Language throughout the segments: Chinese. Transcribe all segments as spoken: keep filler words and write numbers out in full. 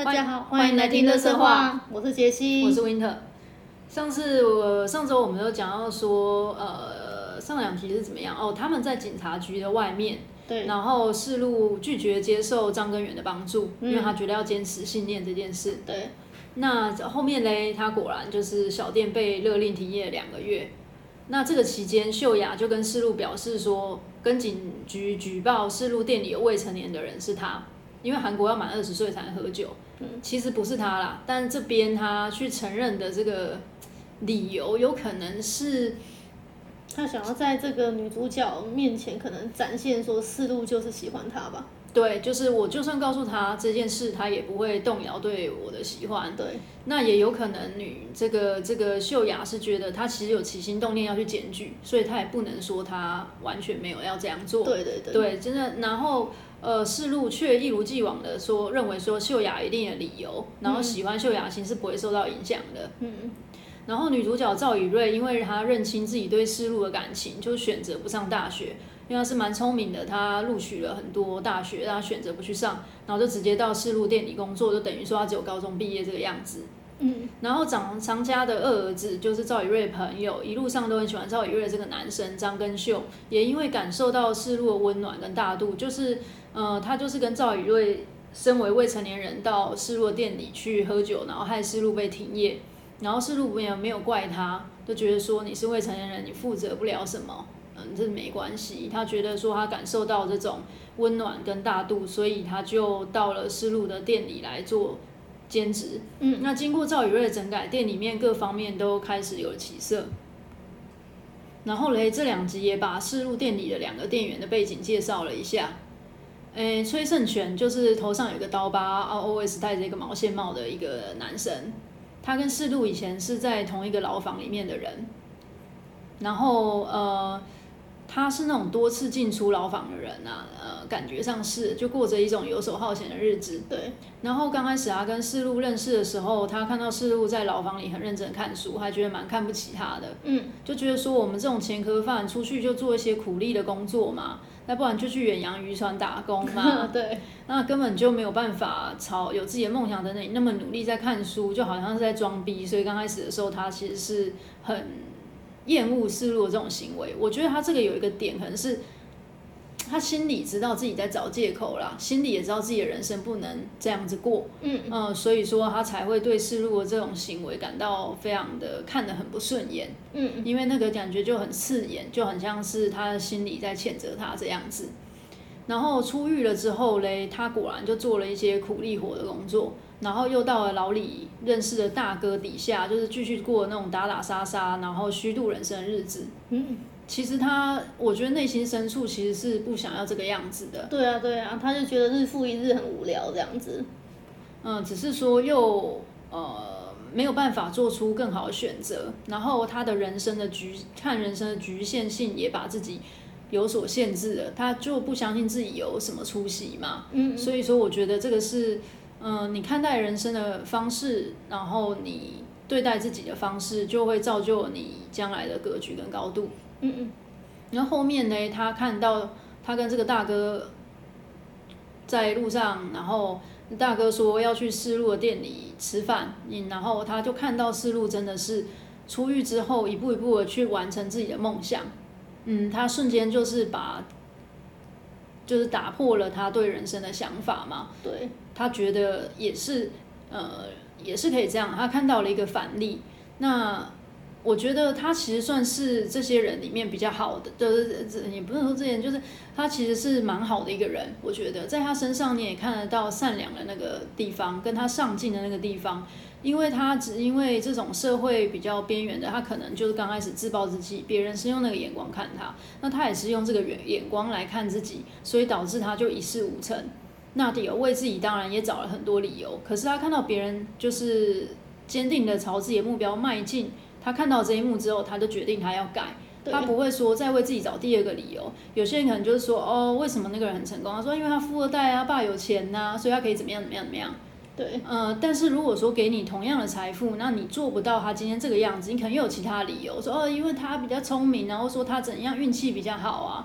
大家好，欢迎来听乐色话，我是杰西， 我是 Winter。上次我上周我们有讲到说，呃，上两题是怎么样？哦，他们在警察局的外面， 对， 然后世路拒绝接受张根源的帮助， 嗯、 因为他觉得要坚持信念这件事。 对， 那后面嘞，他果然就是小店被勒令停业两个月。那这个期间，秀雅就跟世路表示说，跟警局举报世路店里有未成年的人是他，因为韩国要满二十岁才能喝酒。嗯，其实不是他啦，但这边他去承认的这个理由，有可能是他想要在这个女主角面前，可能展现说世路就是喜欢他吧。 对，就是我就算告诉他这件事，他也不会动摇对我的喜欢。 对， 那也有可能女这个这个秀雅是觉得他其实有起心动念要去检举，所以他也不能说他完全没有要这样做。 对对对， 对，真的。然后呃，世路却一如既往的说，认为说秀雅一定的理由，然后喜欢秀雅心是不会受到影响的。嗯。然后女主角赵以瑞，因为她认清自己对世路的感情，就选择不上大学。因为她是蛮聪明的，她录取了很多大学，但她选择不去上，然后就直接到世路店里工作，就等于说她只有高中毕业这个样子。嗯，然后长常家的二儿子就是赵以瑞的朋友，一路上都很喜欢赵以瑞这个男生张根秀，也因为感受到世路的温暖跟大度，就是呃，他就是跟赵以瑞身为未成年人到世路的店里去喝酒，然后害世路被停业，然后世路也没有怪他，就觉得说你是未成年人，你负责不了什么。嗯，这没关系。他觉得说他感受到这种温暖跟大度，所以他就到了世路的店里来做兼职。嗯，那经过赵以瑞的整改，店里面各方面都开始有了起色。然后嘞，这两集也把世路店里的两个店员的背景介绍了一下。诶，崔胜权就是头上有个刀疤，always 戴着一个毛线帽的一个男生。他跟世路以前是在同一个牢房里面的人。然后呃。他是那种多次进出牢房的人啊，呃，感觉上是就过着一种游手好闲的日子。对。然后刚开始他跟世路认识的时候，他看到世路在牢房里很认真看书，还觉得蛮看不起他的。嗯。就觉得说我们这种前科犯出去就做一些苦力的工作嘛，那不然就去远洋渔船打工嘛。对。那根本就没有办法朝有自己的梦想等等，你那么努力在看书，就好像是在装逼。所以刚开始的时候，他其实是很厌恶世路的这种行为。我觉得他这个有一个点，可能是他心里知道自己在找借口啦，心里也知道自己的人生不能这样子过。嗯嗯，所以说他才会对世路的这种行为感到非常的看得很不顺眼。嗯，因为那个感觉就很刺眼，就很像是他的心里在谴责他这样子。然后出狱了之后嘞，他果然就做了一些苦力活的工作。然后又到了牢里认识的大哥底下，就是继续过那种打打杀杀，然后虚度人生的日子。嗯，其实他，我觉得内心深处其实是不想要这个样子的。 对啊，对啊，他就觉得日复一日很无聊这样子。 嗯，只是说又呃没有办法做出更好的选择，然后他的人生的局看人生的局限性也把自己有所限制了，他就不相信自己有什么出息嘛。嗯，所以说我觉得这个是。嗯，你看待人生的方式，然后你对待自己的方式，就会造就你将来的格局跟高度。嗯嗯。然后后面呢，他看到他跟这个大哥在路上，然后大哥说要去世路的店里吃饭，嗯，然后他就看到世路真的是出狱之后一步一步的去完成自己的梦想。嗯，他瞬间就是把。就是打破了他对人生的想法嘛，对，他觉得也是，呃，也是可以这样。他看到了一个反例，那我觉得他其实算是这些人里面比较好的，就是也不能说这些人，就是他其实是蛮好的一个人。我觉得在他身上你也看得到善良的那个地方，跟他上进的那个地方。因为他只因为这种社会比较边缘的，他可能就是刚开始自暴自弃，别人是用那个眼光看他，那他也是用这个眼光来看自己，所以导致他就一事无成。那有为自己当然也找了很多理由，可是他看到别人就是坚定的朝自己的目标迈进，他看到这一幕之后，他就决定他要改。他不会说再为自己找第二个理由。有些人可能就是说，哦，为什么那个人很成功？他说因为他富二代啊，爸有钱啊，所以他可以怎么样怎么样怎么样。对，呃，但是如果说给你同样的财富，那你做不到他今天这个样子，你可能又有其他理由，说哦，因为他比较聪明，然后说他怎样运气比较好啊，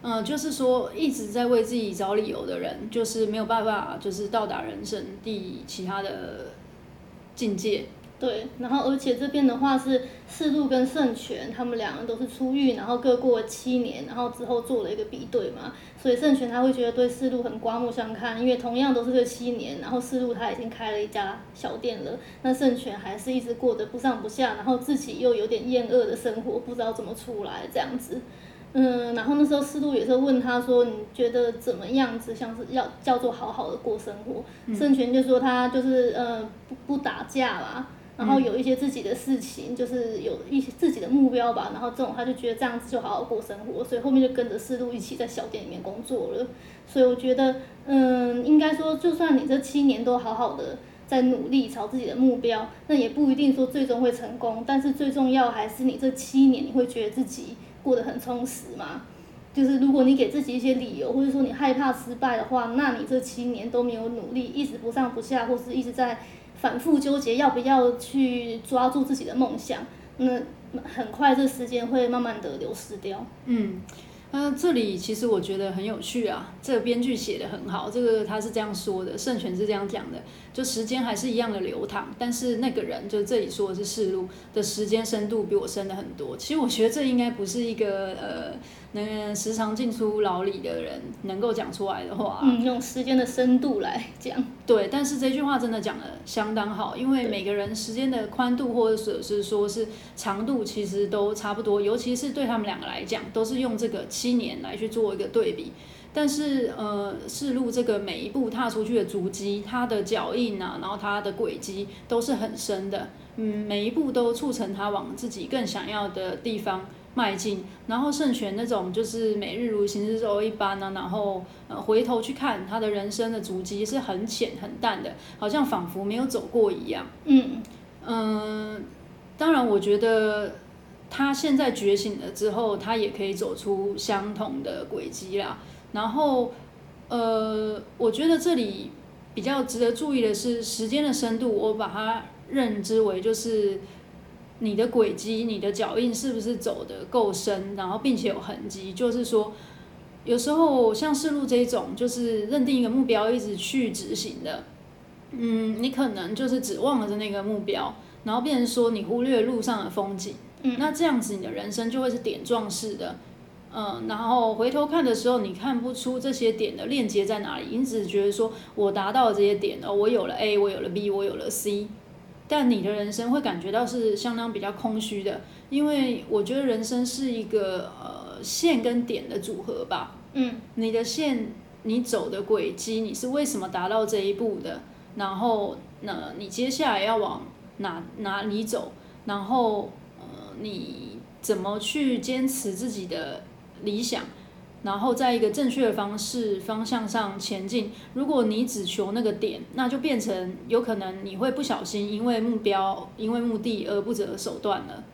嗯，就是说一直在为自己找理由的人，就是没有办法，就是到达人生第其他的境界。 对，然后而且这边的话是世禄跟圣权，他们两个都是出狱，然后各过了七年，然后之后做了一个比对嘛，所以圣权他会觉得对世禄很刮目相看，因为同样都是这七年，然后世禄他已经开了一家小店了，那圣权还是一直过得不上不下，然后自己又有点厌恶的生活，不知道怎么出来这样子。嗯，然后那时候世禄也是问他说：“你觉得怎么样子像是要叫做好好的过生活？”嗯、圣权就说他就是呃不不打架啦，然后有一些自己的事情，就是有一些自己的目标吧，然后这种他就觉得这样子就好好过生活，所以后面就跟着世禄一起在小店里面工作了。所以我觉得，嗯，应该说，就算你这七年都好好的在努力朝自己的目标，那也不一定说最终会成功，但是最重要还是你这七年你会觉得自己过得很充实嘛。就是如果你给自己一些理由，或者说你害怕失败的话，那你这七年都没有努力，一直不上不下，或是一直在反复纠结要不要去抓住自己的梦想，那很快这时间会慢慢的流失掉。 嗯。那、呃、这里其实我觉得很有趣啊，这个编剧写得很好，这个他是这样说的，圣权是这样讲的，就时间还是一样的流淌，但是那个人就这里说的是世禄的时间深度比我深的很多。其实我觉得这应该不是一个呃能时常进出牢里的人能够讲出来的话、啊。 嗯，用时间的深度来讲。 对，但是这句话真的讲得相当好，因为每个人时间的宽度或者是说是长度其实都差不多，尤其是对他们两个来讲，都是用这个七年来去做一个对比。但是呃，世禄这个每一步踏出去的足迹，他的脚印啊，然后他的轨迹都是很深的，嗯，每一步都促成他往自己更想要的地方迈进。然后圣权那种就是每日如行尸走一般呢、啊，然后呃回头去看他的人生的足迹是很浅很淡的，好像仿佛没有走过一样。嗯嗯、呃，当然我觉得他现在觉醒了之后，他也可以走出相同的轨迹啦。然后呃，我觉得这里比较值得注意的是时间的深度，我把它认知为就是你的轨迹、你的脚印是不是走得够深，然后并且有痕迹。就是说，有时候像世禄这一种，就是认定一个目标一直去执行的，嗯，你可能就是只忘了的那个目标，然后变成说你忽略路上的风景，嗯，那这样子你的人生就会是点状式的。嗯，然后回头看的时候，你看不出这些点的链接在哪里，你只觉得说我达到了这些点，哦，我有了 A， 我有了 B， 我有了 C， 但你的人生会感觉到是相当比较空虚的，因为我觉得人生是一个呃线跟点的组合吧。嗯，你的线，你走的轨迹，你是为什么达到这一步的？然后，那你接下来要往哪哪里走？然后，呃，你怎么去坚持自己的理想，然后在一个正确的方式方向上前进。如果你只求那个点，那就变成有可能你会不小心因为目标、因为目的而不择手段了。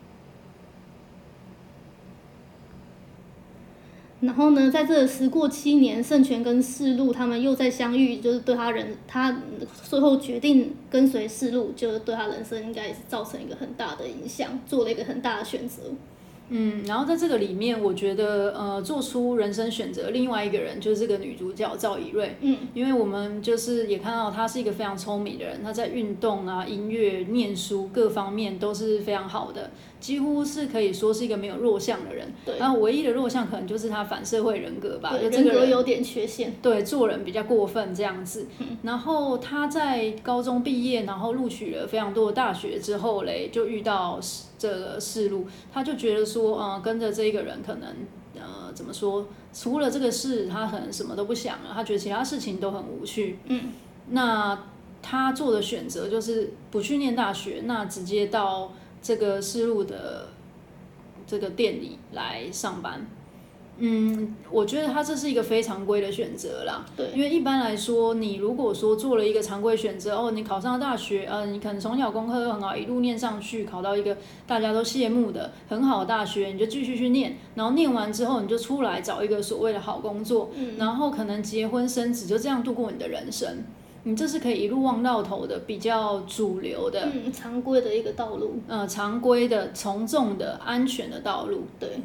然后呢，在这时过七年，圣权跟世禄他们又再相遇，就是对他人，他最后决定跟随世禄，就是对他人生应该也是造成一个很大的影响，做了一个很大的选择。 嗯，然后在这个里面，我觉得呃，做出人生选择，另外一个人就是这个女主角赵以瑞。嗯，因为我们就是也看到她是一个非常聪明的人，她在运动啊、音乐、念书各方面都是非常好的，几乎是可以说是一个没有弱项的人。对，然后唯一的弱项可能就是她反社会人格吧， 对， 就这个人格有点缺陷。 对，做人比较过分这样子。嗯，然后她在高中毕业，然后录取了非常多的大学之后嘞，就遇到这个世禄，他就觉得说，呃，跟着这个人可能，呃，怎么说？除了这个事，他可能什么都不想了。他觉得其他事情都很无趣。嗯，那他做的选择就是不去念大学，那直接到这个世禄的这个店里来上班。嗯，我觉得他这是一个非常规的选择啦。对，因为一般来说，你如果说做了一个常规选择，哦，你考上了大学，呃，你可能从小功课都很好，一路念上去，考到一个大家都羡慕的很好的大学，你就继续去念，然后念完之后，你就出来找一个所谓的好工作，嗯，然后可能结婚生子，就这样度过你的人生。你这是可以一路望到头的，比较主流的， 嗯，常规的一个道路， 呃，常规的、从众的、安全的道路， 对。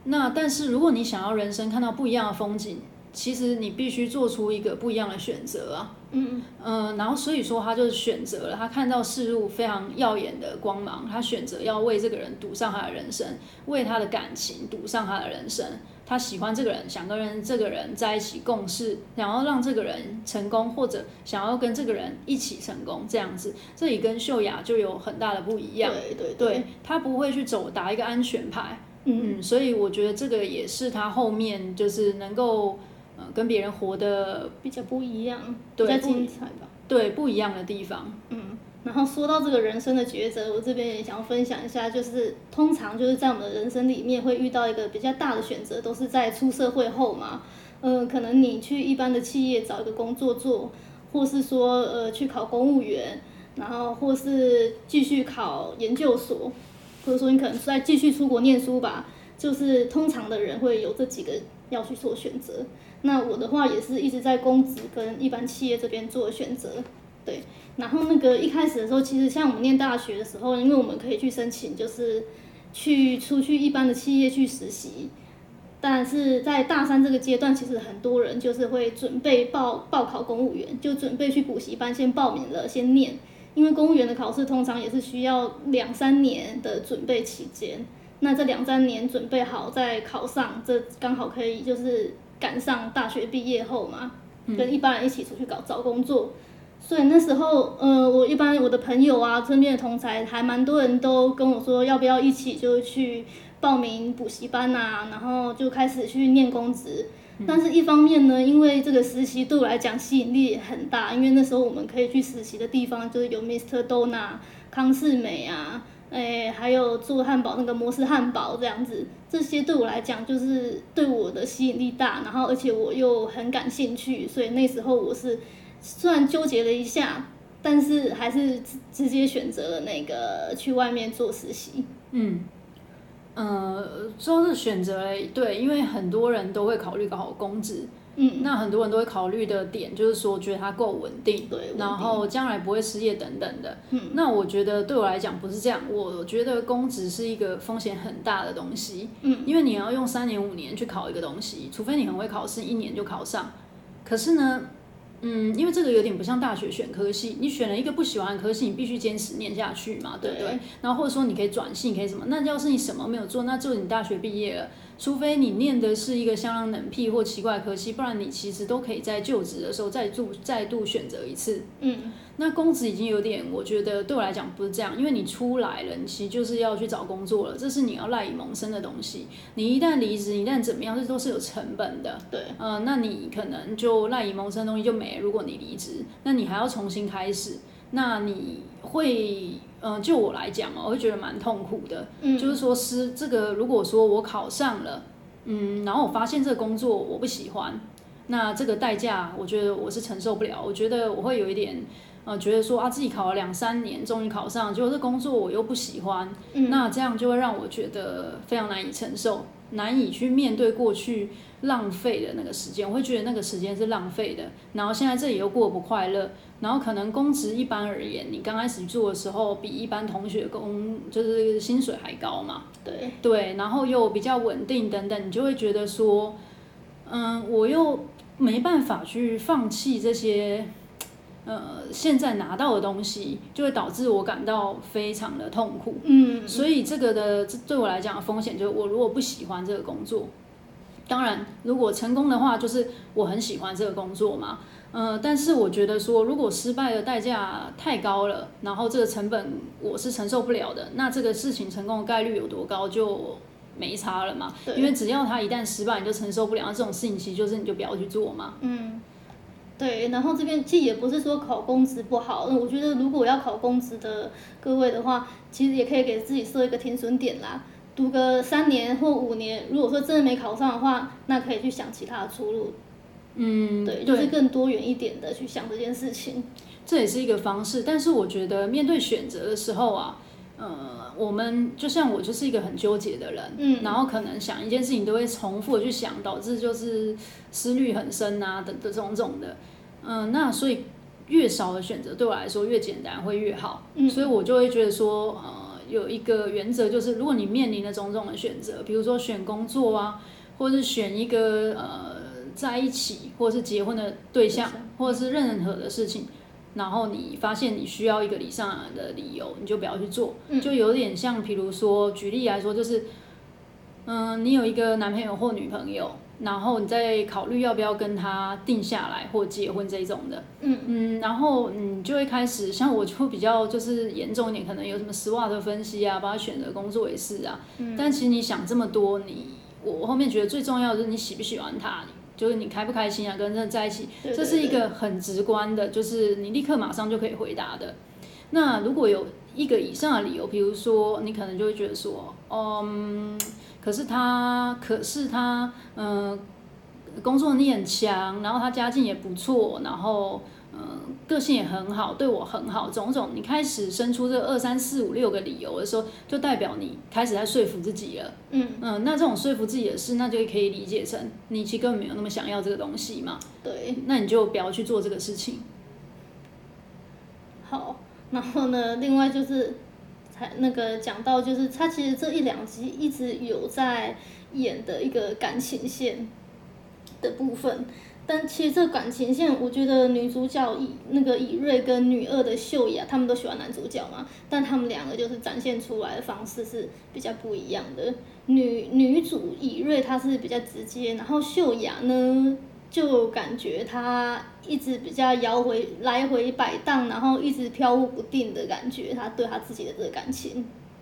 那但是如果你想要人生看到不一样的风景，其实你必须做出一个不一样的选择啊。嗯嗯、呃，然后所以说他就选择了，他看到世路非常耀眼的光芒，他选择要为这个人赌上他的人生，为他的感情赌上他的人生。他喜欢这个人，想跟人这个人在一起共事，想要让这个人成功，或者想要跟这个人一起成功，这样子，这里跟秀雅就有很大的不一样。 对对对，他不会去走打一个安全牌。嗯嗯，所以我觉得这个也是他后面就是能够呃跟别人活得比较不一样，比较精彩吧。 对，不一样的地方。 嗯。然后说到这个人生的抉择，我这边也想要分享一下，就是通常就是在我们的人生里面会遇到一个比较大的选择，都是在出社会后嘛。呃，可能你去一般的企业找一个工作做，或是说呃去考公务员，然后或是继续考研究所，或者说你可能再继续出国念书吧。就是通常的人会有这几个要去做选择。那我的话也是一直在公职跟一般企业这边做选择，对。然后那个一开始的时候，其实像我们念大学的时候，因为我们可以去申请，就是去出去一般的企业去实习。但是在大三这个阶段，其实很多人就是会准备报报考公务员，就准备去补习班先报名了，先念。因为公务员的考试通常也是需要两三年的准备期间，那这两三年准备好再考上，这刚好可以就是赶上大学毕业后嘛，跟一般人一起出去搞找工作。所以那时候，呃，我一般我的朋友啊，身边的同侪，还蛮多人都跟我说，要不要一起就去报名补习班啊，然后就开始去念公职。但是一方面呢，因为这个实习对我来讲吸引力也很大，因为那时候我们可以去实习的地方就是有 Mister Donut、康士美啊，诶，还有做汉堡那个摩斯汉堡这样子，这些对我来讲就是对我的吸引力大，然后而且我又很感兴趣，所以那时候我是。虽然纠结了一下，但是还是直接选择了那个去外面做实习。嗯， 呃，说是选择了，对，因为很多人都会考虑考公职。嗯，那很多人都会考虑的点就是说，觉得它够稳定， 对， 然后将来不会失业等等的。嗯，那我觉得对我来讲不是这样，我觉得公职是一个风险很大的东西。嗯，因为你要用三年五年去考一个东西，除非你很会考试，一年就考上。可是呢？嗯，因为这个有点不像大学选科系，你选了一个不喜欢的科系，你必须坚持念下去嘛，对不对？然后或者说你可以转系，你可以什么？那要是你什么没有做，那就你大学毕业了，除非你念的是一个相当冷僻或奇怪的科系，不然你其实都可以在就职的时候再度再度选择一次。嗯，那公职已经有点，我觉得对我来讲不是这样，因为你出来了，你其实就是要去找工作了，这是你要赖以谋生的东西。你一旦离职，你一旦怎么样，这都是有成本的。对，呃，那你可能就赖以谋生的东西就没了。如果你离职，那你还要重新开始，那你会，呃，就我来讲，我会觉得蛮痛苦的。嗯，就是说是这个，如果说我考上了，嗯，然后我发现这个工作我不喜欢，那这个代价，我觉得我是承受不了。我觉得我会有一点。呃，觉得说啊，自己考了两三年，终于考上，结果这工作我又不喜欢，嗯、那这样就会让我觉得非常难以承受，难以去面对过去浪费的那个时间，我会觉得那个时间是浪费的。然后现在这里又过得不快乐，然后可能公职一般而言，你刚开始做的时候比一般同学工就是薪水还高嘛，对对，然后又比较稳定等等，你就会觉得说，嗯，我又没办法去放弃这些。呃，现在拿到的东西就会导致我感到非常的痛苦。嗯，所以这个的对我来讲的风险就是，我如果不喜欢这个工作，当然如果成功的话，就是我很喜欢这个工作嘛。呃，但是我觉得说，如果失败的代价太高了，然后这个成本我是承受不了的，那这个事情成功的概率有多高就没差了嘛。因为只要他一旦失败，你就承受不了，那这种事情其实就是你就不要去做嘛。嗯。 对，然后这边其实也不是说考公职不好，那我觉得如果要考公职的各位的话，其实也可以给自己设一个停损点啦，读个三年或五年，如果说真的没考上的话，那可以去想其他的出路。嗯，对，就是更多元一点的去想这件事情。 这也是一个方式，但是我觉得面对选择的时候啊，呃，我们就像我就是一个很纠结的人，嗯，然后可能想一件事情都会重复的去想，导致就是思虑很深啊等等种种的，嗯、呃，那所以越少的选择对我来说越简单会越好，嗯，所以我就会觉得说，呃， 有一个原则，就是如果你面临了种种的选择，比如说选工作啊，或是选一个呃在一起或是结婚的对象，或者是任何的事情，然后你发现你需要一个礼尚的理由，你就不要去做，嗯、就有点像，比如说举例来说，就是嗯、呃，你有一个男朋友或女朋友。然后你再考虑要不要跟他定下来或结婚这一种的，嗯嗯，然后你就会开始，像我就比较就是严重一点，可能有什么 S W O T 分析啊，包括选择工作也是啊，嗯，但其实你想这么多，你我后面觉得最重要的就是你喜不喜欢他，就是你开不开心啊，跟这在一起，对对对，这是一个很直观的，就是你立刻马上就可以回答的。那如果有一个以上的理由，比如说你可能就会觉得说，嗯。可是他，可是他，嗯、呃，工作能力很强，然后他家境也不错，然后，嗯、呃，个性也很好，对我很好，种种，你开始生出这二三四五六个理由的时候，就代表你开始在说服自己了。嗯嗯，那这种说服自己的事，那就可以理解成你其实根本没有那么想要这个东西嘛。对，那你就不要去做这个事情。 好，然后呢，另外就是。那个讲到就是他其实这一两集一直有在演的一个感情线的部分，但其实这感情线我觉得女主角以那个以瑞跟女二的秀雅他们都喜欢男主角嘛，但他们两个就是展现出来的方式是比较不一样的。女女主以瑞她是比较直接，然后秀雅呢就感觉她一直比较摇回来回摆荡，然后一直飘忽不定的感觉，她对她自己的这个感情。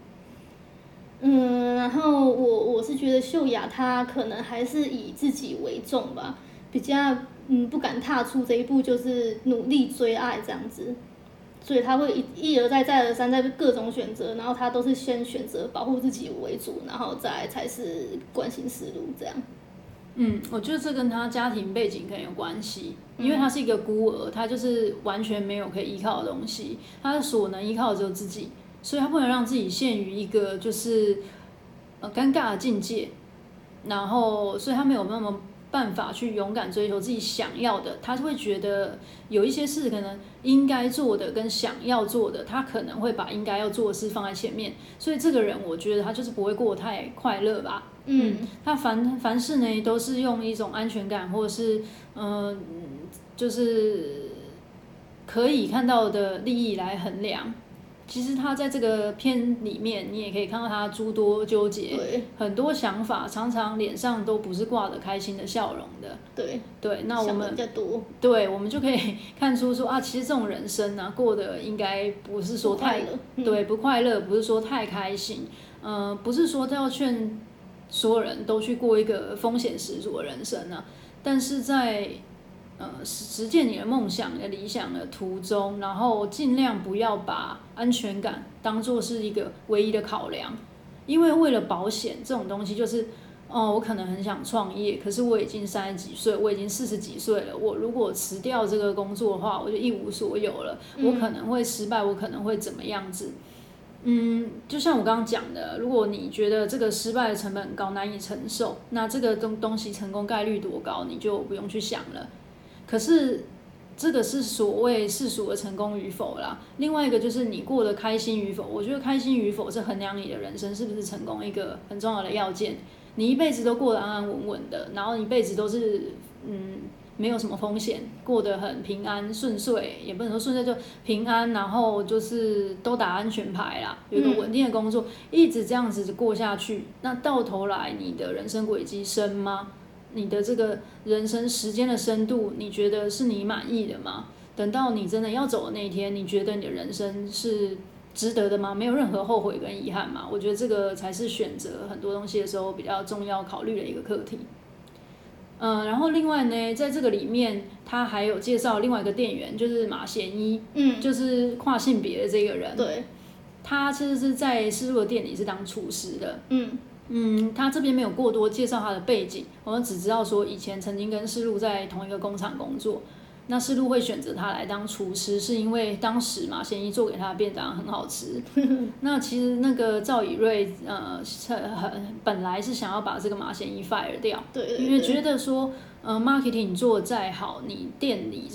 嗯，然后我我是觉得秀雅她可能还是以自己为重吧，比较嗯不敢踏出这一步，就是努力追爱这样子，所以她会一一而再再而三在各种选择，然后她都是先选择保护自己为主，然后再来才是关心思路这样。 嗯，我觉得这跟他家庭背景可能有关系，因为他是一个孤儿，他就是完全没有可以依靠的东西，他所能依靠的只有自己，所以他不能让自己陷于一个就是呃尴尬的境界，然后所以他没有那么办法去勇敢追求自己想要的，他会觉得有一些事可能应该做的跟想要做的，他可能会把应该要做的事放在前面，所以这个人我觉得他就是不会过得太快乐吧。嗯，他凡凡事呢都是用一种安全感或者是嗯、呃，就是可以看到的利益来衡量。其实他在这个片里面，你也可以看到他诸多纠结，很多想法，常常脸上都不是挂着开心的笑容的。 对对，那我们比较多， 对，我们就可以看出说啊，其实这种人生呢、啊，过得应该不是说太不嗯、对不快乐，不是说太开心，嗯、呃，不是说要劝所有人都去过一个风险十足的人生啊，但是在呃，实践你的梦想、你的理想的途中，然后尽量不要把安全感当作是一个唯一的考量，因为为了保险这种东西，就是哦，我可能很想创业，可是我已经三十几岁，我已经四十几岁了，我如果辞掉这个工作的话，我就一无所有了，我可能会失败，我可能会怎么样子？嗯，就像我刚刚讲的，如果你觉得这个失败的成本很高，难以承受，那这个东东西成功概率多高，你就不用去想了。可是这个是所谓世俗的成功与否啦。另外一个就是你过得开心与否，我觉得开心与否是衡量你的人生是不是成功一个很重要的要件。你一辈子都过得安安稳稳的，然后一辈子都是嗯没有什么风险，过得很平安顺遂，也不能说顺遂就平安，然后就是都打安全牌啦，有一个稳定的工作，嗯、一直这样子过下去，那到头来你的人生轨迹深吗？你的这个人生时间的深度，你觉得是你满意的吗？等到你真的要走的那一天，你觉得你的人生是值得的吗？没有任何后悔跟遗憾吗？我觉得这个才是选择很多东西的时候比较重要考虑的一个课题。嗯，然后另外呢，在这个里面，他还有介绍另外一个店员，就是马贤一，嗯，就是跨性别的这个人。对，他其实是在师傅的店里是当厨师的。嗯。嗯，他这边没有过多介绍他的背景，我们只知道说以前曾经跟世路在同一个工厂工作。那世路会选择他来当厨师，是因为当时马贤一做给他的便当很好吃。那其实那个赵以瑞呃很本来是想要把这个马贤一 fire 掉，对对对，因为觉得说呃 marketing 做得再好，你店里这种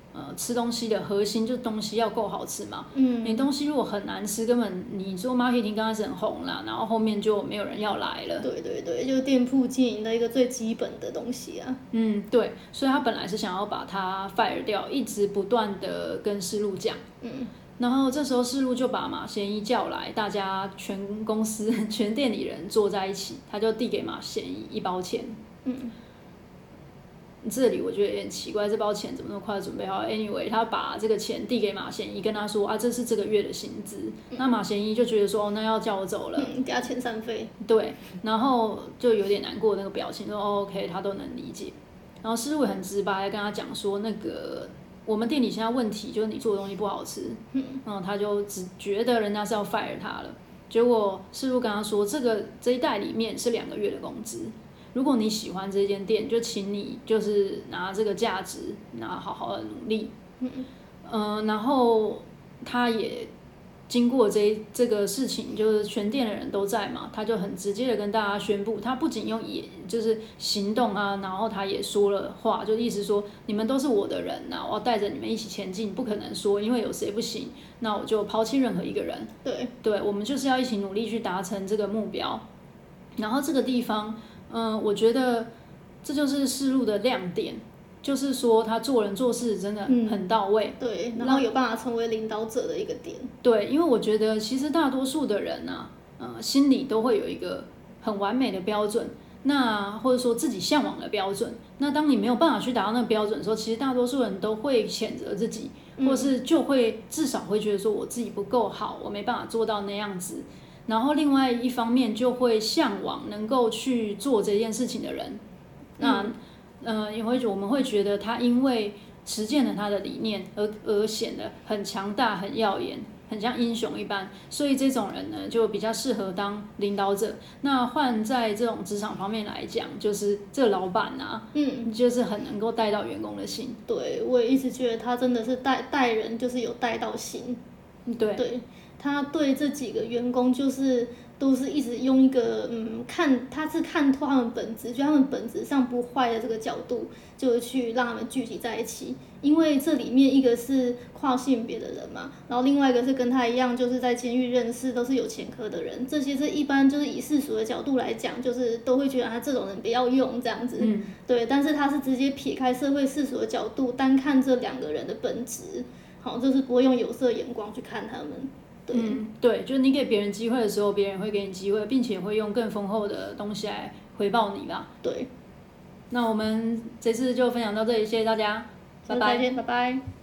呃，吃东西的核心就是东西要够好吃嘛。 嗯， 你东西如果很难吃，根本你做 marketing 刚开始很红啦，然后后面就没有人要来了。 对对对，就是店铺经营的一个最基本的东西啊。 嗯，对，所以他本来是想要把他 fire 掉，一直不断的跟世路讲。 嗯， 然后这时候世路就把马贤一叫来，大家全公司全店里人坐在一起，他就递给马贤一一包钱。 嗯。 这里我觉得有点奇怪，这包钱怎么那么快准备好 ？Anyway， 他把这个钱递给马贤一，跟他说啊，这是这个月的薪资。嗯、那马贤一就觉得说，哦，那要叫我走了， 嗯，给他遣散费。 对，然后就有点难过那个表情，说、哦、OK， 他都能理解。然后师傅很直白跟他讲说，那个我们店里现在问题就是你做的东西不好吃，嗯，然后他就只觉得人家是要 fire 他了。结果师傅跟他说，这个这一袋里面是两个月的工资。如果你喜欢这间店，就请你就是拿这个价值，拿好好的努力。嗯，呃，然后他也经过这这个事情，就是全店的人都在嘛，他就很直接的跟大家宣布，他不仅用也就是行动啊，然后他也说了话，就意思说你们都是我的人呐，我要带着你们一起前进，不可能说因为有谁不行，那我就抛弃任何一个人。 对， 对，我们就是要一起努力去达成这个目标。然后这个地方。嗯，我觉得这就是世路的亮点，就是说他做人做事真的很到位， 嗯、对，然后有办法成为领导者的一个点。 对，因为我觉得其实大多数的人啊，呃，心里都会有一个很完美的标准，那或者说自己向往的标准。那当你没有办法去达到那个标准的时候，其实大多数人都会谴责自己，或是就会至少会觉得说我自己不够好，我没办法做到那样子。然后另外一方面就会向往能够去做这件事情的人，那呃也会我们会觉得他因为实践了他的理念而而显得很强大、很耀眼、很像英雄一般，所以这种人呢就比较适合当领导者。那换在这种职场方面来讲，就是这个老板啊，嗯，就是很能够带到员工的心。 对，我也一直觉得他真的是带带人，就是有带到心。 对。 对。他对这几个员工就是都是一直用一个嗯看他是看透他们本质，就他们本质上不坏的这个角度，就去让他们聚集在一起。因为这里面一个是跨性别的人嘛，然后另外一个是跟他一样就是在监狱认识都是有前科的人，这些是一般就是以世俗的角度来讲，就是都会觉得他这种人不要用这样子。嗯，对，但是他是直接撇开社会世俗的角度，单看这两个人的本质，好，就是不会用有色眼光去看他们。 嗯，对，就是你给别人机会的时候，别人会给你机会，并且会用更丰厚的东西来回报你吧。 对， 那我们这次就分享到这里，谢谢大家，拜拜， 再见，拜拜。